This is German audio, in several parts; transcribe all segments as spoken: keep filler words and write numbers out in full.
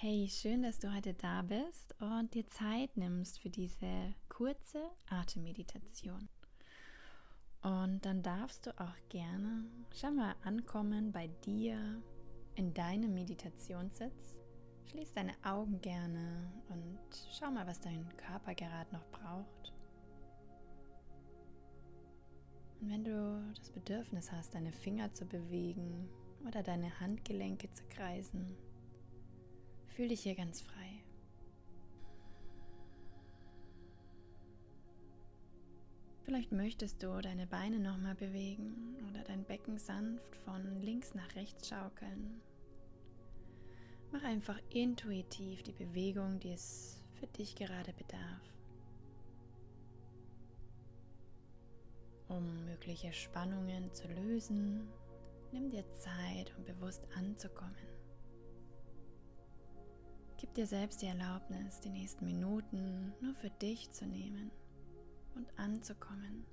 Hey, schön, dass du heute da bist und dir Zeit nimmst für diese kurze Atemmeditation. Und dann darfst du auch gerne schon mal ankommen bei dir in deinem Meditationssitz. Schließ deine Augen gerne und schau mal, was dein Körper gerade noch braucht. Und wenn du das Bedürfnis hast, deine Finger zu bewegen oder deine Handgelenke zu kreisen, fühl dich hier ganz frei. Vielleicht möchtest du deine Beine nochmal bewegen oder dein Becken sanft von links nach rechts schaukeln. Mach einfach intuitiv die Bewegung, die es für dich gerade bedarf. Um mögliche Spannungen zu lösen, nimm dir Zeit, um bewusst anzukommen. Gib dir selbst die Erlaubnis, die nächsten Minuten nur für dich zu nehmen und anzukommen.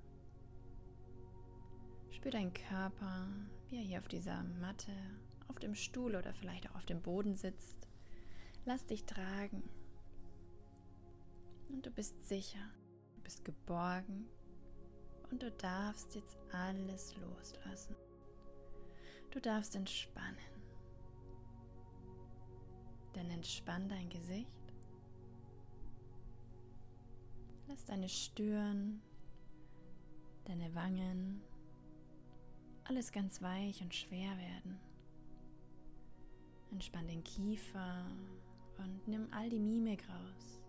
Spür deinen Körper, wie er hier auf dieser Matte, auf dem Stuhl oder vielleicht auch auf dem Boden sitzt. Lass dich tragen. Und du bist sicher, du bist geborgen und du darfst jetzt alles loslassen. Du darfst entspannen. Dann entspann dein Gesicht. Lass deine Stirn, deine Wangen, alles ganz weich und schwer werden. Entspann den Kiefer und nimm all die Mimik raus.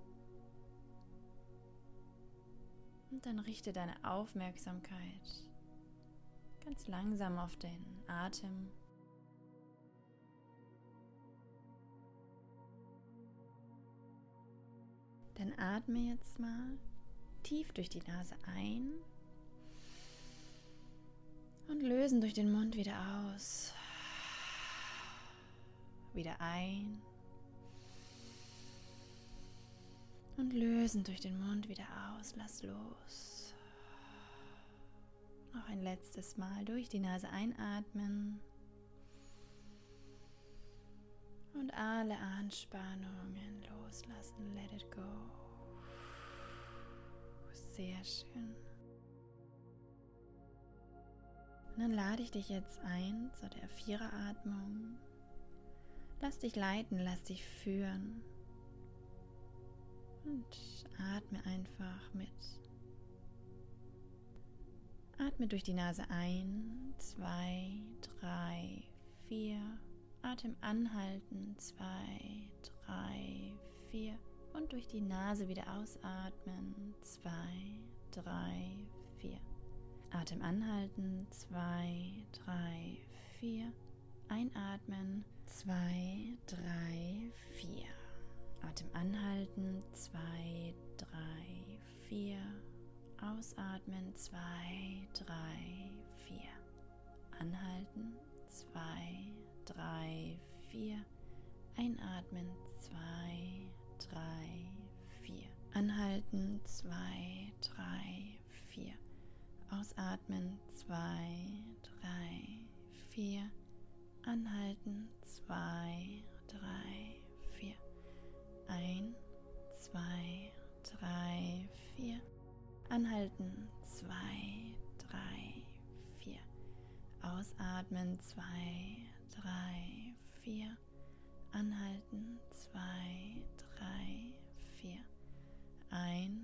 Und dann richte deine Aufmerksamkeit ganz langsam auf den Atem. Dann atme jetzt mal tief durch die Nase ein und lösen durch den Mund wieder aus. Wieder ein und lösen durch den Mund wieder aus. Lass los. Noch ein letztes Mal durch die Nase einatmen und alle Anspannungen loslassen. Let it go. Sehr schön. Und dann lade ich dich jetzt ein zu der Viereratmung. Lass dich leiten, lass dich führen und atme einfach mit. Atme durch die Nase ein, zwei, drei, vier. Atem anhalten, zwei, drei, vier. Und durch die Nase wieder ausatmen, zwei, drei, vier. Atem anhalten, zwei, drei, vier. Einatmen, zwei, drei, vier. Atem anhalten, zwei, drei, vier. Ausatmen, zwei, drei, vier. Anhalten, zwei, drei, vier. Einatmen, zwei, drei, vier. Anhalten, zwei, drei, vier. Ausatmen, zwei, drei, vier. Anhalten, zwei, drei, vier. Ein, zwei, drei, vier. Anhalten, zwei, drei, vier. Ausatmen, zwei, drei, vier. Anhalten, zwei, drei, vier. Ein,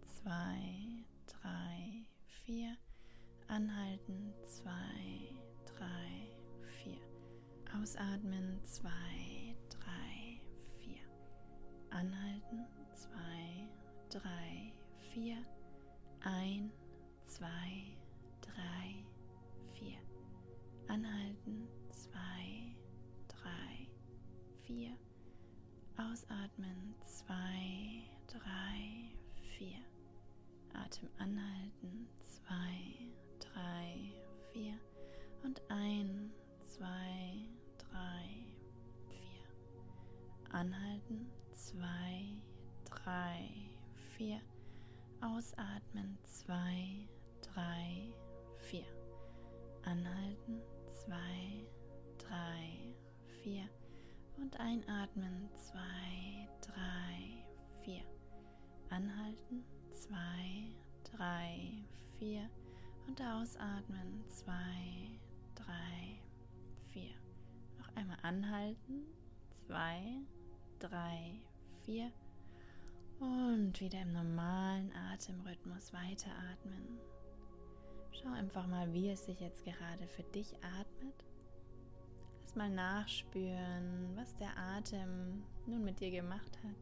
zwei, drei, vier. Anhalten, zwei, drei, vier. Ausatmen, zwei, drei, vier. Anhalten, zwei, drei, vier. Ein, zwei, drei, vier. Anhalten, zwei, drei, vier. Ausatmen, zwei, drei, vier. Atem anhalten, zwei, drei, vier. Und ein, zwei, drei, vier. Anhalten, zwei, drei, vier. Ausatmen, zwei, drei, vier. Anhalten, zwei, drei, vier. Und einatmen, zwei, drei, vier. Anhalten, zwei, drei, vier. Und ausatmen, zwei, drei, vier. Noch einmal anhalten, zwei, drei, vier. Und wieder im normalen Atemrhythmus weiteratmen. Schau einfach mal, wie es sich jetzt gerade für dich atmet. Lass mal nachspüren, was der Atem nun mit dir gemacht hat.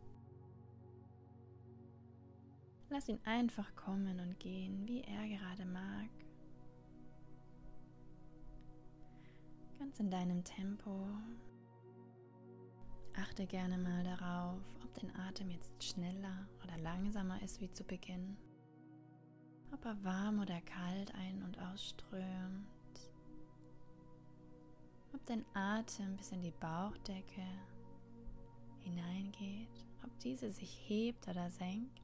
Lass ihn einfach kommen und gehen, wie er gerade mag. Ganz in deinem Tempo. Achte gerne mal darauf, ob dein Atem jetzt schneller oder langsamer ist wie zu Beginn. Ob er warm oder kalt ein- und ausströmt. Ob dein Atem bis in die Bauchdecke hineingeht. Ob diese sich hebt oder senkt.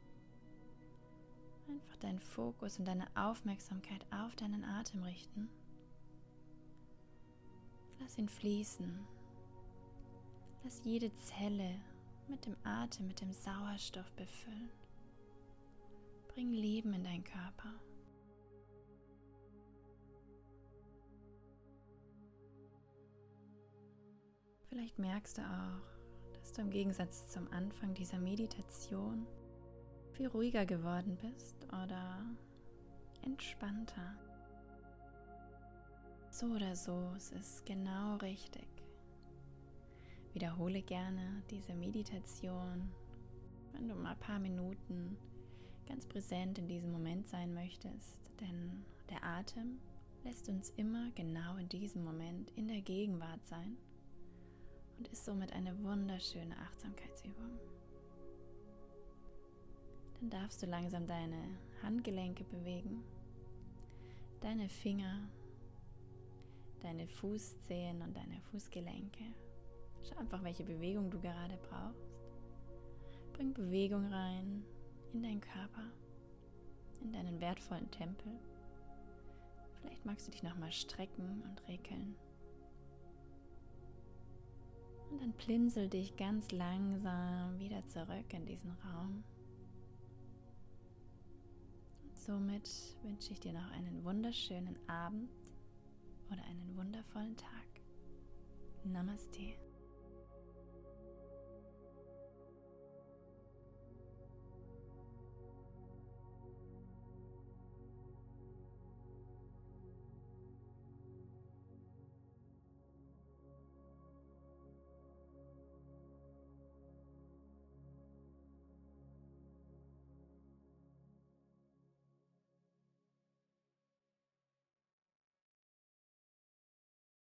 Einfach deinen Fokus und deine Aufmerksamkeit auf deinen Atem richten. Lass ihn fließen. Lass jede Zelle mit dem Atem, mit dem Sauerstoff befüllen. Bring Leben in deinen Körper. Vielleicht merkst du auch, dass du im Gegensatz zum Anfang dieser Meditation viel ruhiger geworden bist oder entspannter. So oder so, es ist genau richtig. Wiederhole gerne diese Meditation, wenn du mal ein paar Minuten ganz präsent in diesem Moment sein möchtest, denn der Atem lässt uns immer genau in diesem Moment in der Gegenwart sein und ist somit eine wunderschöne Achtsamkeitsübung. Dann darfst du langsam deine Handgelenke bewegen, deine Finger, deine Fußzehen und deine Fußgelenke. Schau einfach, welche Bewegung du gerade brauchst. Bring Bewegung rein in deinen Körper, in deinen wertvollen Tempel. Vielleicht magst du dich nochmal strecken und regeln. Und dann blinzel dich ganz langsam wieder zurück in diesen Raum. Und somit wünsche ich dir noch einen wunderschönen Abend oder einen wundervollen Tag. Namaste.